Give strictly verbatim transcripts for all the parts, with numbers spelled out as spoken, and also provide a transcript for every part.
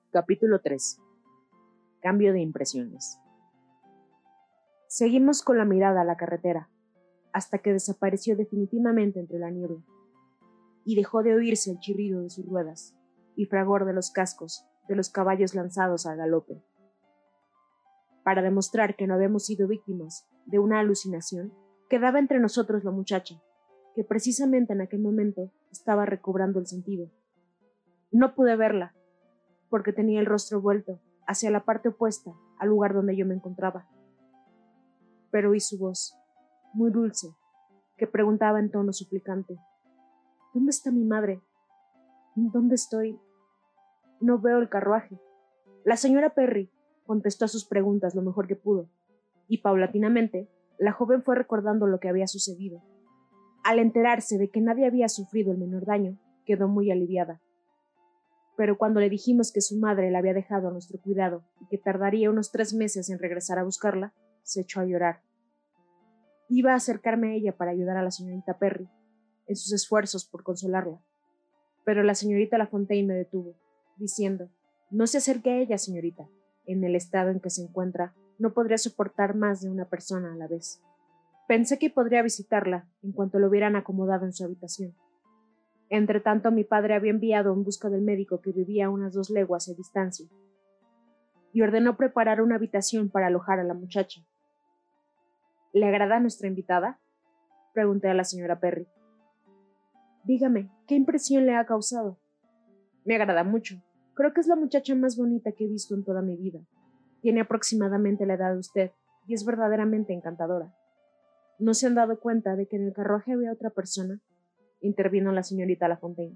Capítulo tres. Cambio de impresiones. Seguimos con la mirada a la carretera, hasta que desapareció definitivamente entre la niebla, y dejó de oírse el chirrido de sus ruedas y fragor de los cascos de los caballos lanzados al galope. Para demostrar que no habíamos sido víctimas de una alucinación, quedaba entre nosotros la muchacha, que precisamente en aquel momento estaba recobrando el sentido. No pude verla, porque tenía el rostro vuelto hacia la parte opuesta al lugar donde yo me encontraba. Pero oí su voz, muy dulce, que preguntaba en tono suplicante: ¿Dónde está mi madre? ¿Dónde estoy? No veo el carruaje. La señora Perry contestó a sus preguntas lo mejor que pudo, y paulatinamente la joven fue recordando lo que había sucedido. Al enterarse de que nadie había sufrido el menor daño, quedó muy aliviada. Pero cuando le dijimos que su madre la había dejado a nuestro cuidado y que tardaría unos tres meses en regresar a buscarla, se echó a llorar. Iba a acercarme a ella para ayudar a la señorita Perry en sus esfuerzos por consolarla, pero la señorita Lafontaine me detuvo, diciendo: «No se acerque a ella, señorita. En el estado en que se encuentra, no podría soportar más de una persona a la vez». Pensé que podría visitarla en cuanto lo hubieran acomodado en su habitación. Entretanto, mi padre había enviado en busca del médico, que vivía a unas dos leguas de distancia, y ordenó preparar una habitación para alojar a la muchacha. ¿Le agrada a nuestra invitada?, pregunté a la señora Perry. Dígame, ¿qué impresión le ha causado? Me agrada mucho. Creo que es la muchacha más bonita que he visto en toda mi vida. Tiene aproximadamente la edad de usted, y es verdaderamente encantadora. ¿No se han dado cuenta de que en el carruaje había otra persona?, intervino la señorita Lafontaine.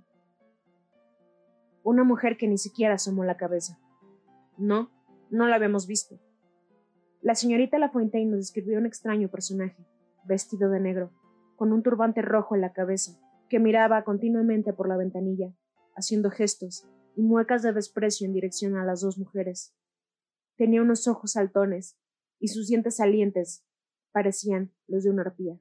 Una mujer que ni siquiera asomó la cabeza. No, no la habíamos visto. La señorita Lafontaine nos describió un extraño personaje, vestido de negro, con un turbante rojo en la cabeza, que miraba continuamente por la ventanilla, haciendo gestos y muecas de desprecio en dirección a las dos mujeres. Tenía unos ojos saltones, y sus dientes salientes parecían los de una arpía.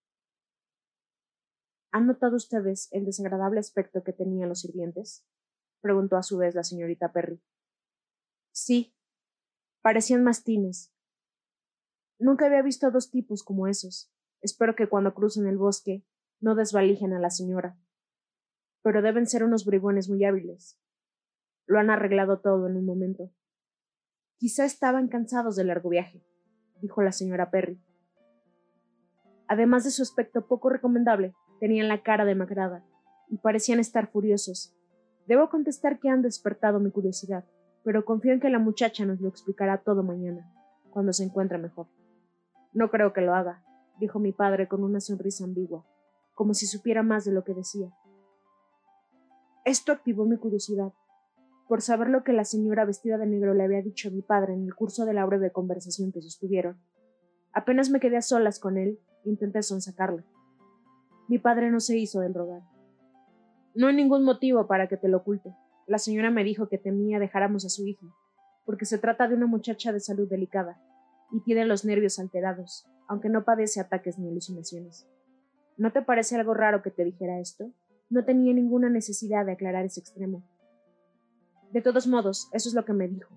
¿Han notado ustedes el desagradable aspecto que tenían los sirvientes?, preguntó a su vez la señorita Perry. Sí, parecían mastines. Nunca había visto dos tipos como esos. Espero que cuando crucen el bosque no desvalijen a la señora. Pero deben ser unos bribones muy hábiles. Lo han arreglado todo en un momento. Quizá estaban cansados del largo viaje, dijo la señora Perry. Además de su aspecto poco recomendable, tenían la cara demacrada y parecían estar furiosos. Debo contestar que han despertado mi curiosidad, pero confío en que la muchacha nos lo explicará todo mañana, cuando se encuentre mejor. No creo que lo haga, dijo mi padre con una sonrisa ambigua, como si supiera más de lo que decía. Esto activó mi curiosidad, por saber lo que la señora vestida de negro le había dicho a mi padre en el curso de la breve conversación que sostuvieron. Apenas me quedé a solas con él, intenté sonsacarle. Mi padre no se hizo del rogar. No hay ningún motivo para que te lo oculte. La señora me dijo que temía dejáramos a su hija, porque se trata de una muchacha de salud delicada, y tiene los nervios alterados, aunque no padece ataques ni alucinaciones. ¿No te parece algo raro que te dijera esto? No tenía ninguna necesidad de aclarar ese extremo. De todos modos, eso es lo que me dijo.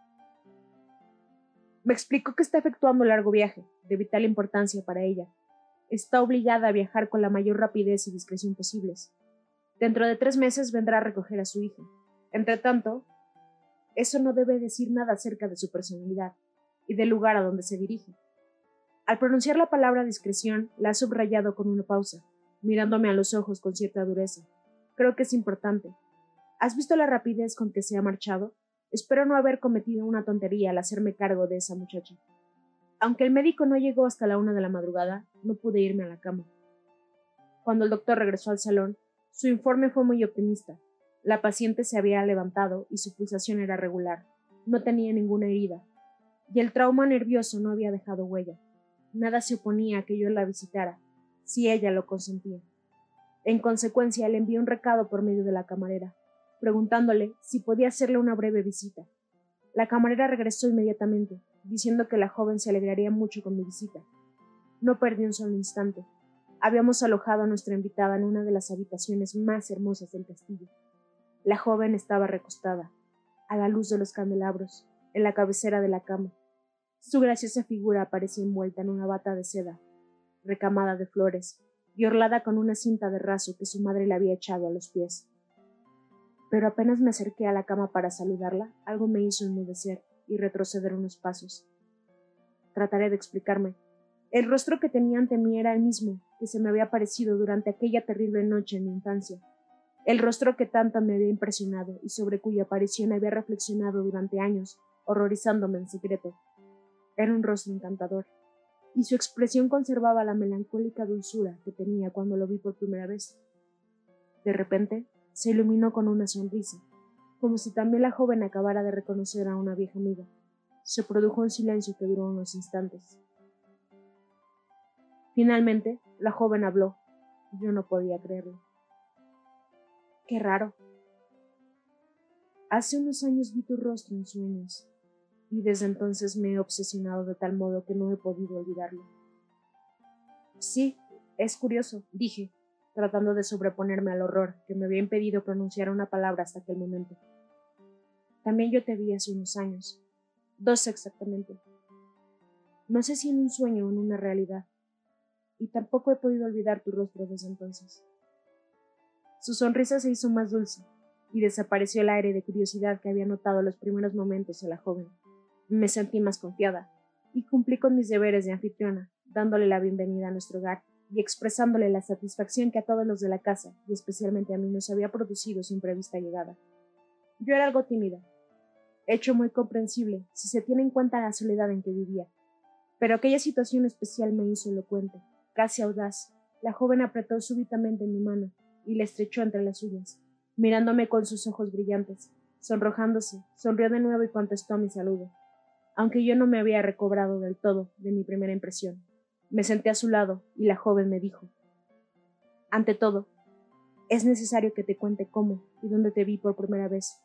Me explicó que está efectuando un largo viaje, de vital importancia para ella. Está obligada a viajar con la mayor rapidez y discreción posibles. Dentro de tres meses vendrá a recoger a su hija. Entretanto, eso no debe decir nada acerca de su personalidad y del lugar a donde se dirige. Al pronunciar la palabra discreción, la ha subrayado con una pausa, mirándome a los ojos con cierta dureza. Creo que es importante. ¿Has visto la rapidez con que se ha marchado? Espero no haber cometido una tontería al hacerme cargo de esa muchacha. Aunque el médico no llegó hasta la una de la madrugada, no pude irme a la cama. Cuando el doctor regresó al salón, su informe fue muy optimista. La paciente se había levantado y su pulsación era regular. No tenía ninguna herida. Y el trauma nervioso no había dejado huella. Nada se oponía a que yo la visitara, si ella lo consentía. En consecuencia, le envié un recado por medio de la camarera, preguntándole si podía hacerle una breve visita. La camarera regresó inmediatamente, diciendo que la joven se alegraría mucho con mi visita. No perdí un solo instante. Habíamos alojado a nuestra invitada en una de las habitaciones más hermosas del castillo. La joven estaba recostada, a la luz de los candelabros, en la cabecera de la cama. Su graciosa figura aparecía envuelta en una bata de seda, recamada de flores, y orlada con una cinta de raso que su madre le había echado a los pies. Pero apenas me acerqué a la cama para saludarla, algo me hizo enmudecer y retroceder unos pasos. Trataré de explicarme. El rostro que tenía ante mí era el mismo que se me había aparecido durante aquella terrible noche en mi infancia. El rostro que tanto me había impresionado y sobre cuya aparición había reflexionado durante años, horrorizándome en secreto. Era un rostro encantador, y su expresión conservaba la melancólica dulzura que tenía cuando lo vi por primera vez. De repente, se iluminó con una sonrisa, como si también la joven acabara de reconocer a una vieja amiga. Se produjo un silencio que duró unos instantes. Finalmente, la joven habló. Yo no podía creerlo. Qué raro. Hace unos años vi tu rostro en sueños, y desde entonces me he obsesionado de tal modo que no he podido olvidarlo. Sí, es curioso, dije, tratando de sobreponerme al horror que me había impedido pronunciar una palabra hasta aquel momento. También yo te vi hace unos años, dos exactamente. No sé si en un sueño o en una realidad, y tampoco he podido olvidar tu rostro desde entonces. Su sonrisa se hizo más dulce, y desapareció el aire de curiosidad que había notado los primeros momentos de la joven. Me sentí más confiada, y cumplí con mis deberes de anfitriona, dándole la bienvenida a nuestro hogar y expresándole la satisfacción que a todos los de la casa, y especialmente a mí, nos había producido su imprevista llegada. Yo era algo tímida, hecho muy comprensible si se tiene en cuenta la soledad en que vivía, pero aquella situación especial me hizo elocuente, casi audaz. La joven apretó súbitamente mi mano y la estrechó entre las suyas, mirándome con sus ojos brillantes. Sonrojándose, sonrió de nuevo y contestó a mi saludo, aunque yo no me había recobrado del todo de mi primera impresión. Me senté a su lado y la joven me dijo: ante todo, es necesario que te cuente cómo y dónde te vi por primera vez.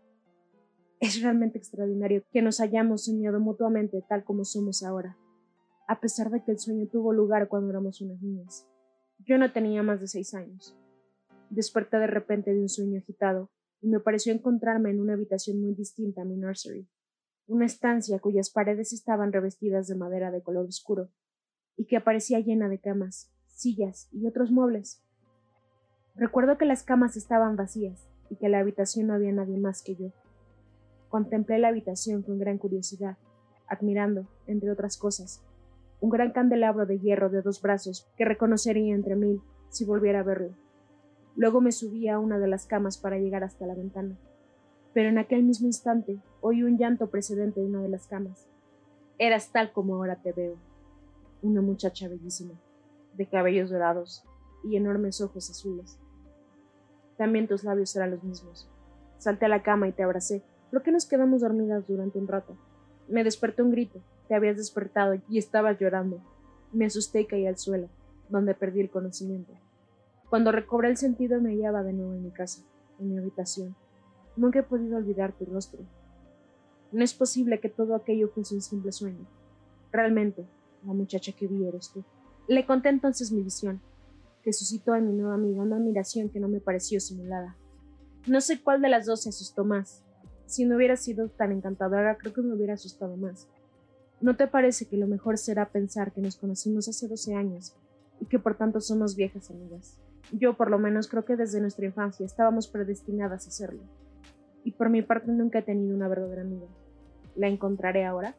Es realmente extraordinario que nos hayamos soñado mutuamente tal como somos ahora, a pesar de que el sueño tuvo lugar cuando éramos unas niñas. Yo no tenía más de seis años. Desperté de repente de un sueño agitado y me pareció encontrarme en una habitación muy distinta a mi nursery, una estancia cuyas paredes estaban revestidas de madera de color oscuro y que aparecía llena de camas, sillas y otros muebles. Recuerdo que las camas estaban vacías y que en la habitación no había nadie más que yo. Contemplé la habitación con gran curiosidad, admirando, entre otras cosas, un gran candelabro de hierro de dos brazos que reconocería entre mil si volviera a verlo. Luego me subí a una de las camas para llegar hasta la ventana, pero en aquel mismo instante oí un llanto procedente de una de las camas. Eras tal como ahora te veo, una muchacha bellísima, de cabellos dorados y enormes ojos azules. También tus labios eran los mismos. Salté a la cama y te abracé. ¿Por qué nos quedamos dormidas durante un rato? Me despertó un grito. Te habías despertado y estabas llorando. Me asusté y caí al suelo, donde perdí el conocimiento. Cuando recobré el sentido me hallaba de nuevo en mi casa, en mi habitación. Nunca he podido olvidar tu rostro. No es posible que todo aquello fuese un simple sueño. Realmente, la muchacha que vi eres tú. Le conté entonces mi visión, que suscitó en mi nueva amiga una admiración que no me pareció simulada. No sé cuál de las dos se asustó más. Si no hubiera sido tan encantadora, creo que me hubiera asustado más. ¿No te parece que lo mejor será pensar que nos conocimos hace doce años y que por tanto somos viejas amigas? Yo, por lo menos, creo que desde nuestra infancia estábamos predestinadas a hacerlo. Y por mi parte nunca he tenido una verdadera amiga. ¿La encontraré ahora?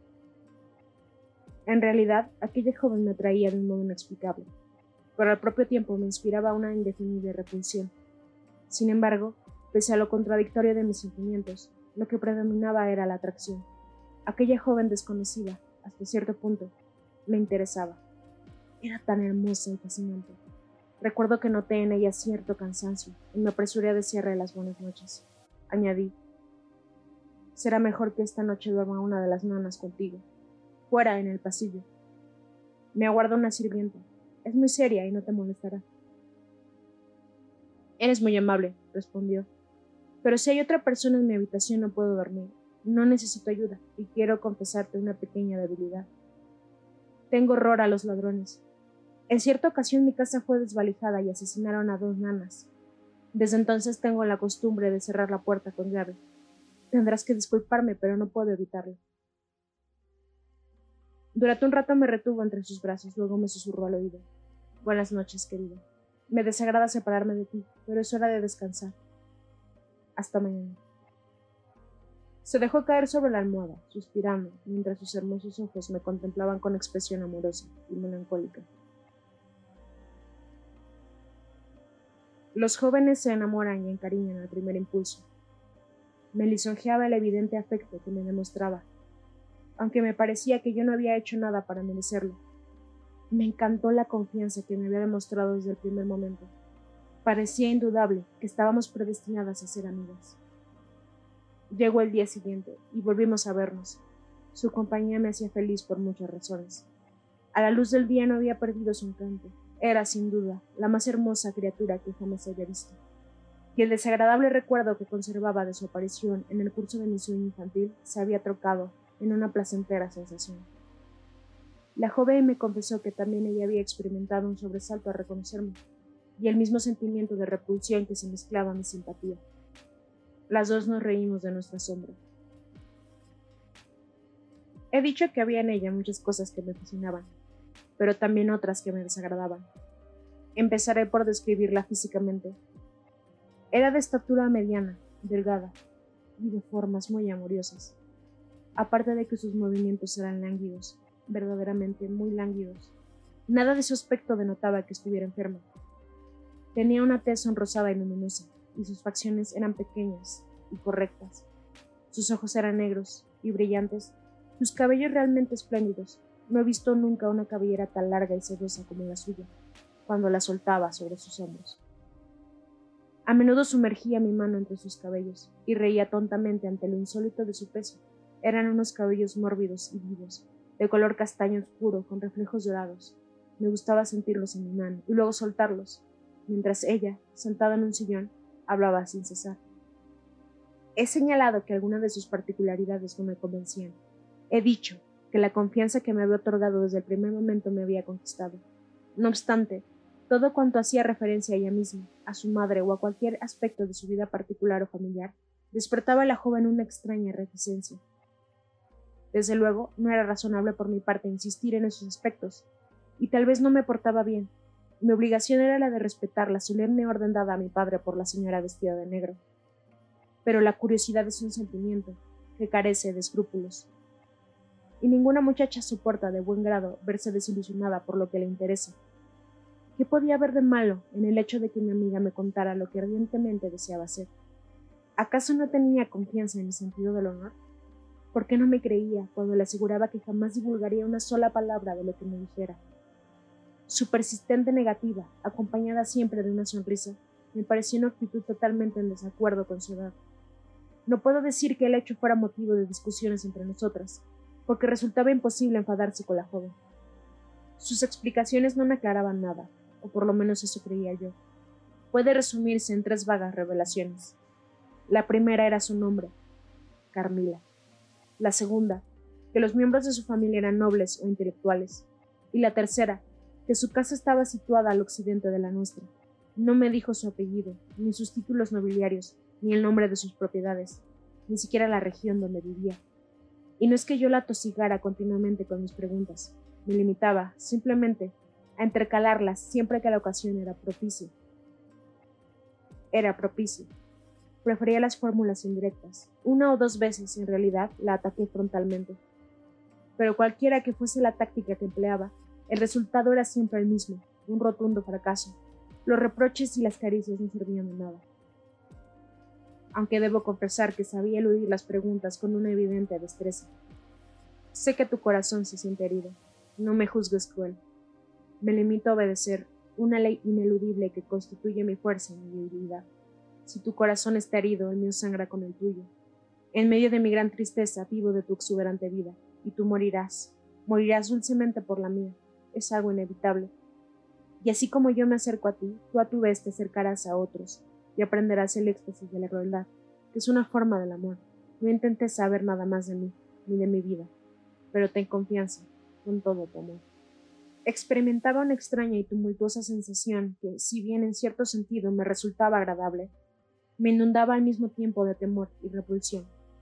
En realidad, aquella joven me atraía de un modo inexplicable, pero al propio tiempo me inspiraba una indefinible repulsión. Sin embargo, pese a lo contradictorio de mis sentimientos, lo que predominaba era la atracción. Aquella joven desconocida, hasta cierto punto, me interesaba. Era tan hermosa y fascinante. Recuerdo que noté en ella cierto cansancio y me apresuré a desearle las buenas noches. Añadí: será mejor que esta noche duerma una de las nanas contigo, fuera en el pasillo. Me aguarda una sirvienta. Es muy seria y no te molestará. Eres muy amable, respondió. Pero si hay otra persona en mi habitación no puedo dormir. No necesito ayuda y quiero confesarte una pequeña debilidad. Tengo horror a los ladrones. En cierta ocasión mi casa fue desvalijada y asesinaron a dos nanas. Desde entonces tengo la costumbre de cerrar la puerta con llave. Tendrás que disculparme, pero no puedo evitarlo. Durante un rato me retuvo entre sus brazos, luego me susurró al oído. Buenas noches, querido. Me desagrada separarme de ti, pero es hora de descansar. Hasta mañana. Se dejó caer sobre la almohada, suspirando, mientras sus hermosos ojos me contemplaban con expresión amorosa y melancólica. Los jóvenes se enamoran y encariñan al primer impulso. Me lisonjeaba el evidente afecto que me demostraba, aunque me parecía que yo no había hecho nada para merecerlo. Me encantó la confianza que me había demostrado desde el primer momento. Parecía indudable que estábamos predestinadas a ser amigas. Llegó el día siguiente y volvimos a vernos. Su compañía me hacía feliz por muchas razones. A la luz del día no había perdido su encanto. Era, sin duda, la más hermosa criatura que jamás había visto. Y el desagradable recuerdo que conservaba de su aparición en el curso de mi sueño infantil se había trocado en una placentera sensación. La joven me confesó que también ella había experimentado un sobresalto al reconocerme, y el mismo sentimiento de repulsión que se mezclaba a mi simpatía. Las dos nos reímos de nuestra asombro. He dicho que había en ella muchas cosas que me fascinaban, pero también otras que me desagradaban. Empezaré por describirla físicamente. Era de estatura mediana, delgada, y de formas muy amorosas, aparte de que sus movimientos eran lánguidos, verdaderamente muy lánguidos. Nada de su aspecto denotaba que estuviera enferma. Tenía una tez sonrosada y luminosa, y sus facciones eran pequeñas y correctas. Sus ojos eran negros y brillantes, sus cabellos realmente espléndidos. No he visto nunca una cabellera tan larga y sedosa como la suya, cuando la soltaba sobre sus hombros. A menudo sumergía mi mano entre sus cabellos y reía tontamente ante lo insólito de su peso. Eran unos cabellos mórbidos y vivos, de color castaño oscuro con reflejos dorados. Me gustaba sentirlos en mi mano y luego soltarlos, mientras ella, sentada en un sillón, hablaba sin cesar. He señalado que algunas de sus particularidades no me convencían. He dicho que la confianza que me había otorgado desde el primer momento me había conquistado. No obstante, todo cuanto hacía referencia a ella misma, a su madre o a cualquier aspecto de su vida particular o familiar, despertaba en la joven una extraña reticencia. Desde luego, no era razonable por mi parte insistir en esos aspectos, y tal vez no me portaba bien. Mi obligación era la de respetar la solemne orden dada a mi padre por la señora vestida de negro. Pero la curiosidad es un sentimiento que carece de escrúpulos, y ninguna muchacha soporta de buen grado verse desilusionada por lo que le interesa. ¿Qué podía haber de malo en el hecho de que mi amiga me contara lo que ardientemente deseaba hacer? ¿Acaso no tenía confianza en mi sentido del honor? ¿Por qué no me creía cuando le aseguraba que jamás divulgaría una sola palabra de lo que me dijera? Su persistente negativa, acompañada siempre de una sonrisa, me pareció una actitud totalmente en desacuerdo con su edad. No puedo decir que el hecho fuera motivo de discusiones entre nosotras, porque resultaba imposible enfadarse con la joven. Sus explicaciones no me aclaraban nada, o por lo menos eso creía yo. Puede resumirse en tres vagas revelaciones. La primera era su nombre, Carmila. La segunda, que los miembros de su familia eran nobles o intelectuales. Y la tercera, que su casa estaba situada al occidente de la nuestra. No me dijo su apellido, ni sus títulos nobiliarios, ni el nombre de sus propiedades, ni siquiera la región donde vivía. Y no es que yo la atosigara continuamente con mis preguntas. Me limitaba, simplemente, a intercalarlas siempre que la ocasión era propicia. Era propicio. Prefería las fórmulas indirectas. Una o dos veces, en realidad, la ataqué frontalmente. Pero cualquiera que fuese la táctica que empleaba, el resultado era siempre el mismo, un rotundo fracaso. Los reproches y las caricias no servían de nada. Aunque debo confesar que sabía eludir las preguntas con una evidente destreza. Sé que tu corazón se siente herido. No me juzgues cruel. Me limito a obedecer una ley ineludible que constituye mi fuerza y mi debilidad. Si tu corazón está herido, el mío sangra con el tuyo. En medio de mi gran tristeza vivo de tu exuberante vida, y tú morirás. Morirás dulcemente por la mía. Es algo inevitable. Y así como yo me acerco a ti, tú a tu vez te acercarás a otros, y aprenderás el éxtasis de la crueldad, que es una forma del amor. No intentes saber nada más de mí, ni de mi vida, pero ten confianza, con todo tu amor. Experimentaba una extraña y tumultuosa sensación que, si bien en cierto sentido me resultaba agradable, me inundaba al mismo tiempo de temor y repulsión.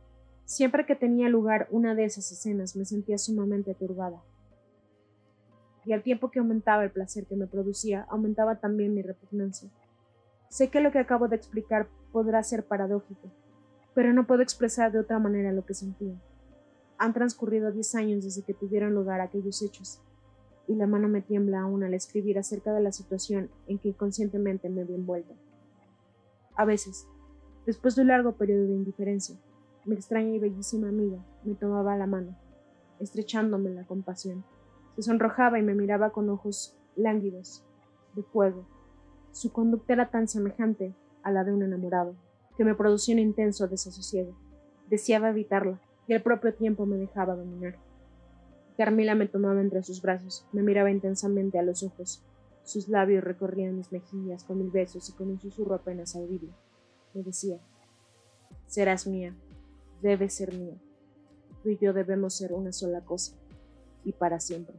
Siempre que tenía lugar una de esas escenas me sentía sumamente turbada. Y al tiempo que aumentaba el placer que me producía, aumentaba también mi repugnancia. Sé que lo que acabo de explicar podrá ser paradójico, pero no puedo expresar de otra manera lo que sentía. Han transcurrido diez años desde que tuvieron lugar aquellos hechos, y la mano me tiembla aún al escribir acerca de la situación en que inconscientemente me vi envuelta. A veces, después de un largo periodo de indiferencia, mi extraña y bellísima amiga me tomaba la mano, estrechándomela con pasión. Se sonrojaba y me miraba con ojos lánguidos, de fuego. Su conducta era tan semejante a la de un enamorado, que me producía un intenso desasosiego. Deseaba evitarla, y al propio tiempo me dejaba dominar. Carmila me tomaba entre sus brazos, me miraba intensamente a los ojos. Sus labios recorrían mis mejillas con mil besos y con un susurro apenas audible. Me decía: serás mía, debes ser mía. Tú y yo debemos ser una sola cosa, y para siempre.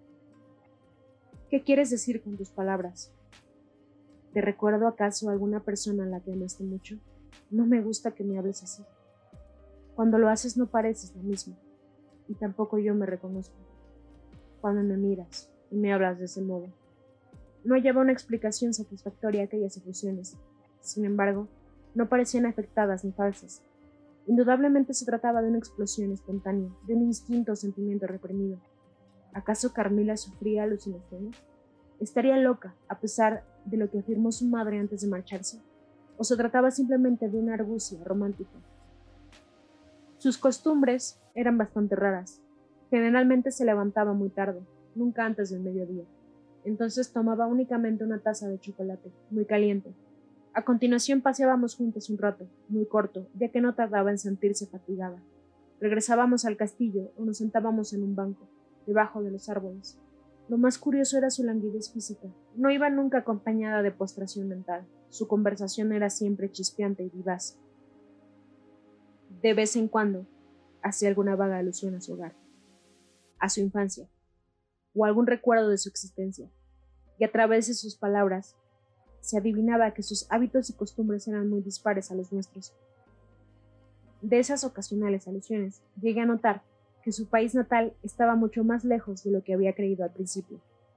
¿Qué quieres decir con tus palabras? ¿Te recuerdo acaso a alguna persona a la que amaste mucho? No me gusta que me hables así. Cuando lo haces no pareces la misma, y tampoco yo me reconozco. Cuando me miras y me hablas de ese modo, no hallaba una explicación satisfactoria a aquellas efusiones. Sin embargo, no parecían afectadas ni falsas. Indudablemente se trataba de una explosión espontánea, de un instinto o sentimiento reprimido. ¿Acaso Carmila sufría alucinaciones? ¿Estaría loca, a pesar de lo que afirmó su madre antes de marcharse? ¿O se trataba simplemente de una argucia romántica? Sus costumbres eran bastante raras. Generalmente se levantaba muy tarde, nunca antes del mediodía. Entonces tomaba únicamente una taza de chocolate, muy caliente. A continuación paseábamos juntos un rato, muy corto, ya que no tardaba en sentirse fatigada. Regresábamos al castillo o nos sentábamos en un banco, debajo de los árboles. Lo más curioso era su languidez física. No iba nunca acompañada de postración mental. Su conversación era siempre chispeante y vivaz. De vez en cuando, hacía alguna vaga alusión a su hogar, a su infancia, o algún recuerdo de su existencia, y a través de sus palabras se adivinaba que sus hábitos y costumbres eran muy dispares a los nuestros. De esas ocasionales alusiones, llegué a notar que su país natal estaba mucho más lejos de lo que había creído al principio.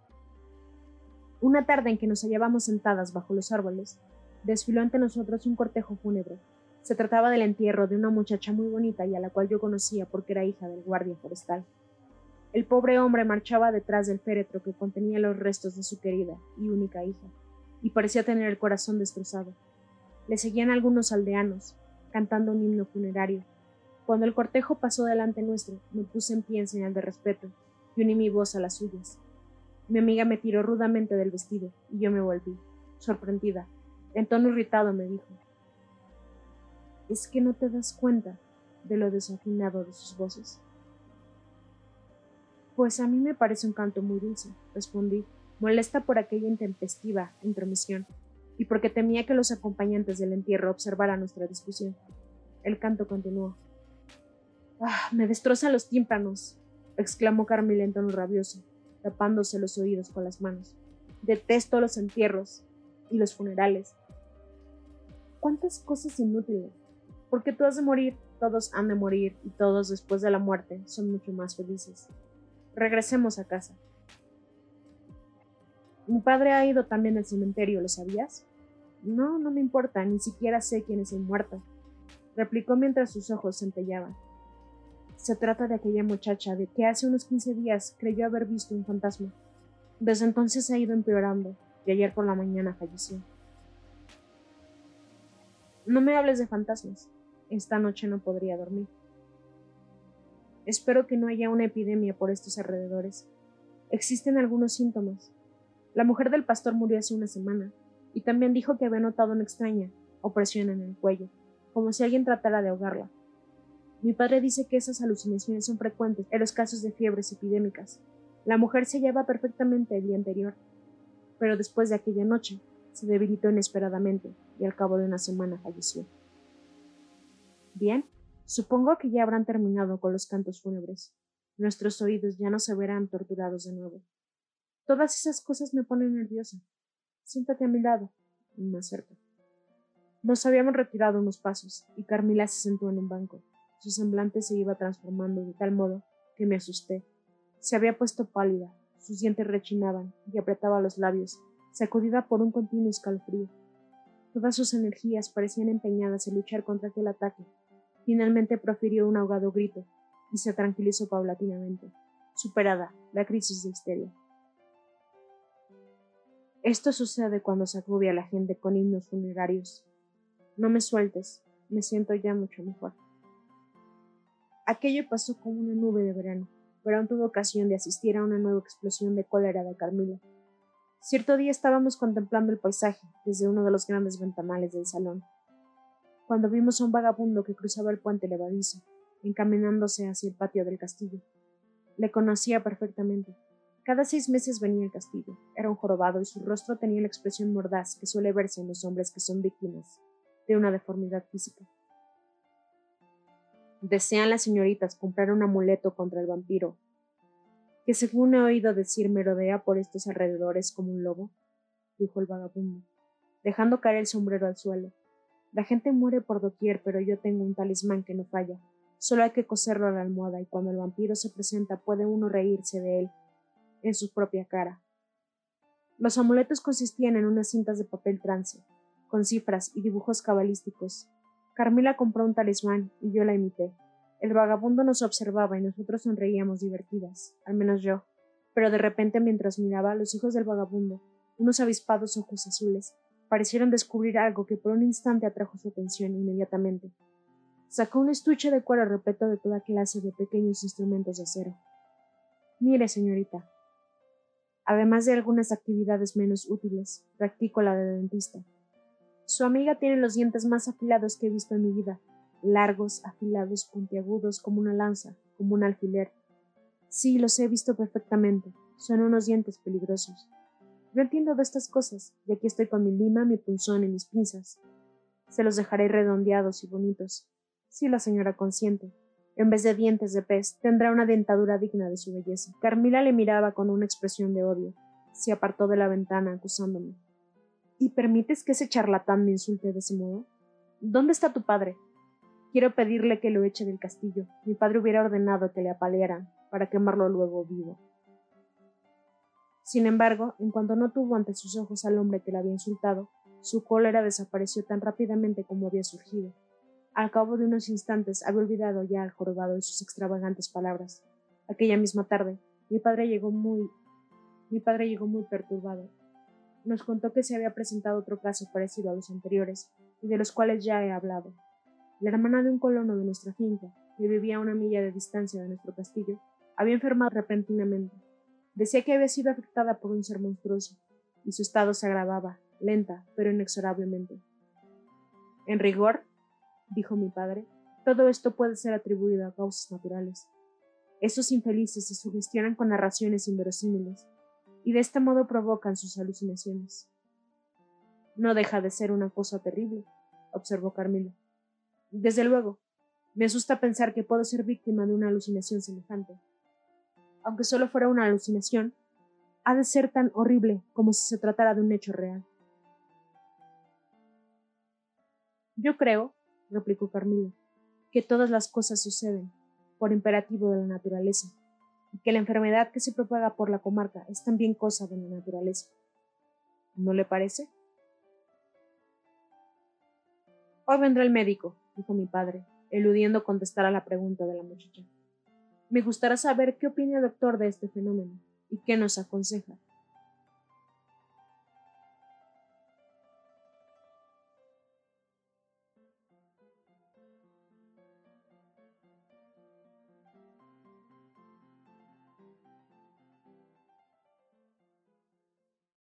Una tarde en que nos hallábamos sentadas bajo los árboles, desfiló ante nosotros un cortejo fúnebre. Se trataba del entierro de una muchacha muy bonita y a la cual yo conocía porque era hija del guardia forestal. El pobre hombre marchaba detrás del féretro que contenía los restos de su querida y única hija, y parecía tener el corazón destrozado. Le seguían algunos aldeanos, cantando un himno funerario. Cuando el cortejo pasó delante nuestro, me puse en pie en señal de respeto y uní mi voz a las suyas. Mi amiga me tiró rudamente del vestido y yo me volví, sorprendida. En tono irritado me dijo: ¿es que no te das cuenta de lo desafinado de sus voces? Pues a mí me parece un canto muy dulce, respondí, molesta por aquella intempestiva intromisión y porque temía que los acompañantes del entierro observaran nuestra discusión. El canto continuó. «¡Ah, me destrozan los tímpanos!», exclamó Carmila en tono rabioso, tapándose los oídos con las manos. «Detesto los entierros y los funerales. ¡Cuántas cosas inútiles! Porque tú has de morir, todos han de morir, y todos después de la muerte son mucho más felices. Regresemos a casa». «Mi padre ha ido también al cementerio, ¿lo sabías?» «No, no me importa, ni siquiera sé quién es el muerto», replicó mientras sus ojos centelleaban. «Se trata de aquella muchacha de que hace unos quince días creyó haber visto un fantasma. Desde entonces ha ido empeorando, y ayer por la mañana falleció». «No me hables de fantasmas. Esta noche no podría dormir. Espero que no haya una epidemia por estos alrededores. Existen algunos síntomas. La mujer del pastor murió hace una semana, y también dijo que había notado una extraña opresión en el cuello, como si alguien tratara de ahogarla. Mi padre dice que esas alucinaciones son frecuentes en los casos de fiebres epidémicas. La mujer se hallaba perfectamente el día anterior, pero después de aquella noche se debilitó inesperadamente y al cabo de una semana falleció». «Bien, supongo que ya habrán terminado con los cantos fúnebres. Nuestros oídos ya no se verán torturados de nuevo. Todas esas cosas me ponen nerviosa. Siéntate a mi lado», y me acerco. Nos habíamos retirado unos pasos, y Carmila se sentó en un banco. Su semblante se iba transformando de tal modo que me asusté. Se había puesto pálida, sus dientes rechinaban y apretaba los labios, sacudida por un continuo escalofrío. Todas sus energías parecían empeñadas en luchar contra aquel ataque. Finalmente profirió un ahogado grito y se tranquilizó paulatinamente, superada la crisis de histeria. Esto sucede cuando se agobia a la gente con himnos funerarios. No me sueltes, me siento ya mucho mejor. Aquello pasó como una nube de verano, pero aún tuve ocasión de asistir a una nueva explosión de cólera de Carmila. Cierto día estábamos contemplando el paisaje desde uno de los grandes ventanales del salón, cuando vimos a un vagabundo que cruzaba el puente levadizo, encaminándose hacia el patio del castillo. Le conocía perfectamente. Cada seis meses venía al castillo. Era un jorobado y su rostro tenía la expresión mordaz que suele verse en los hombres que son víctimas de una deformidad física. Desean las señoritas comprar un amuleto contra el vampiro, que según he oído decir merodea por estos alrededores como un lobo, dijo el vagabundo, dejando caer el sombrero al suelo. La gente muere por doquier, pero yo tengo un talismán que no falla. Solo hay que coserlo a la almohada y cuando el vampiro se presenta puede uno reírse de él en su propia cara. Los amuletos consistían en unas cintas de papel trance, con cifras y dibujos cabalísticos. Carmila compró un talismán y yo la imité. El vagabundo nos observaba y nosotros sonreíamos divertidas, al menos yo. Pero de repente, mientras miraba, los hijos del vagabundo, unos avispados ojos azules, parecieron descubrir algo que por un instante atrajo su atención inmediatamente. Sacó un estuche de cuero repleto de toda clase de pequeños instrumentos de acero. Mire, señorita. Además de algunas actividades menos útiles, practico la de dentista. Su amiga tiene los dientes más afilados que he visto en mi vida, largos, afilados, puntiagudos, como una lanza, como un alfiler. Sí, los he visto perfectamente. Son unos dientes peligrosos. Yo entiendo de estas cosas, y aquí estoy con mi lima, mi punzón y mis pinzas. Se los dejaré redondeados y bonitos. Si la señora consiente. En vez de dientes de pez, tendrá una dentadura digna de su belleza. Carmila le miraba con una expresión de odio. Se apartó de la ventana, acusándome. ¿Y permites que ese charlatán me insulte de ese modo? ¿Dónde está tu padre? Quiero pedirle que lo eche del castillo. Mi padre hubiera ordenado que le apalearan, para quemarlo luego vivo. Sin embargo, en cuanto no tuvo ante sus ojos al hombre que la había insultado, su cólera desapareció tan rápidamente como había surgido. Al cabo de unos instantes había olvidado ya al jorobado y sus extravagantes palabras. Aquella misma tarde, mi padre llegó muy, mi padre llegó muy perturbado. Nos contó que se había presentado otro caso parecido a los anteriores, y de los cuales ya he hablado. La hermana de un colono de nuestra finca, que vivía a una milla de distancia de nuestro castillo, había enfermado repentinamente. Decía que había sido afectada por un ser monstruoso, y su estado se agravaba, lenta, pero inexorablemente. En rigor, dijo mi padre, todo esto puede ser atribuido a causas naturales. Esos infelices se sugestionan con narraciones inverosímiles, y de este modo provocan sus alucinaciones. No deja de ser una cosa terrible, observó Carmila. Desde luego, me asusta pensar que puedo ser víctima de una alucinación semejante. Aunque solo fuera una alucinación, ha de ser tan horrible como si se tratara de un hecho real. Yo creo, replicó Carmila, que todas las cosas suceden por imperativo de la naturaleza, y que la enfermedad que se propaga por la comarca es también cosa de la naturaleza. ¿No le parece? Hoy vendrá el médico, dijo mi padre, eludiendo contestar a la pregunta de la muchacha. Me gustaría saber qué opina el doctor de este fenómeno y qué nos aconseja.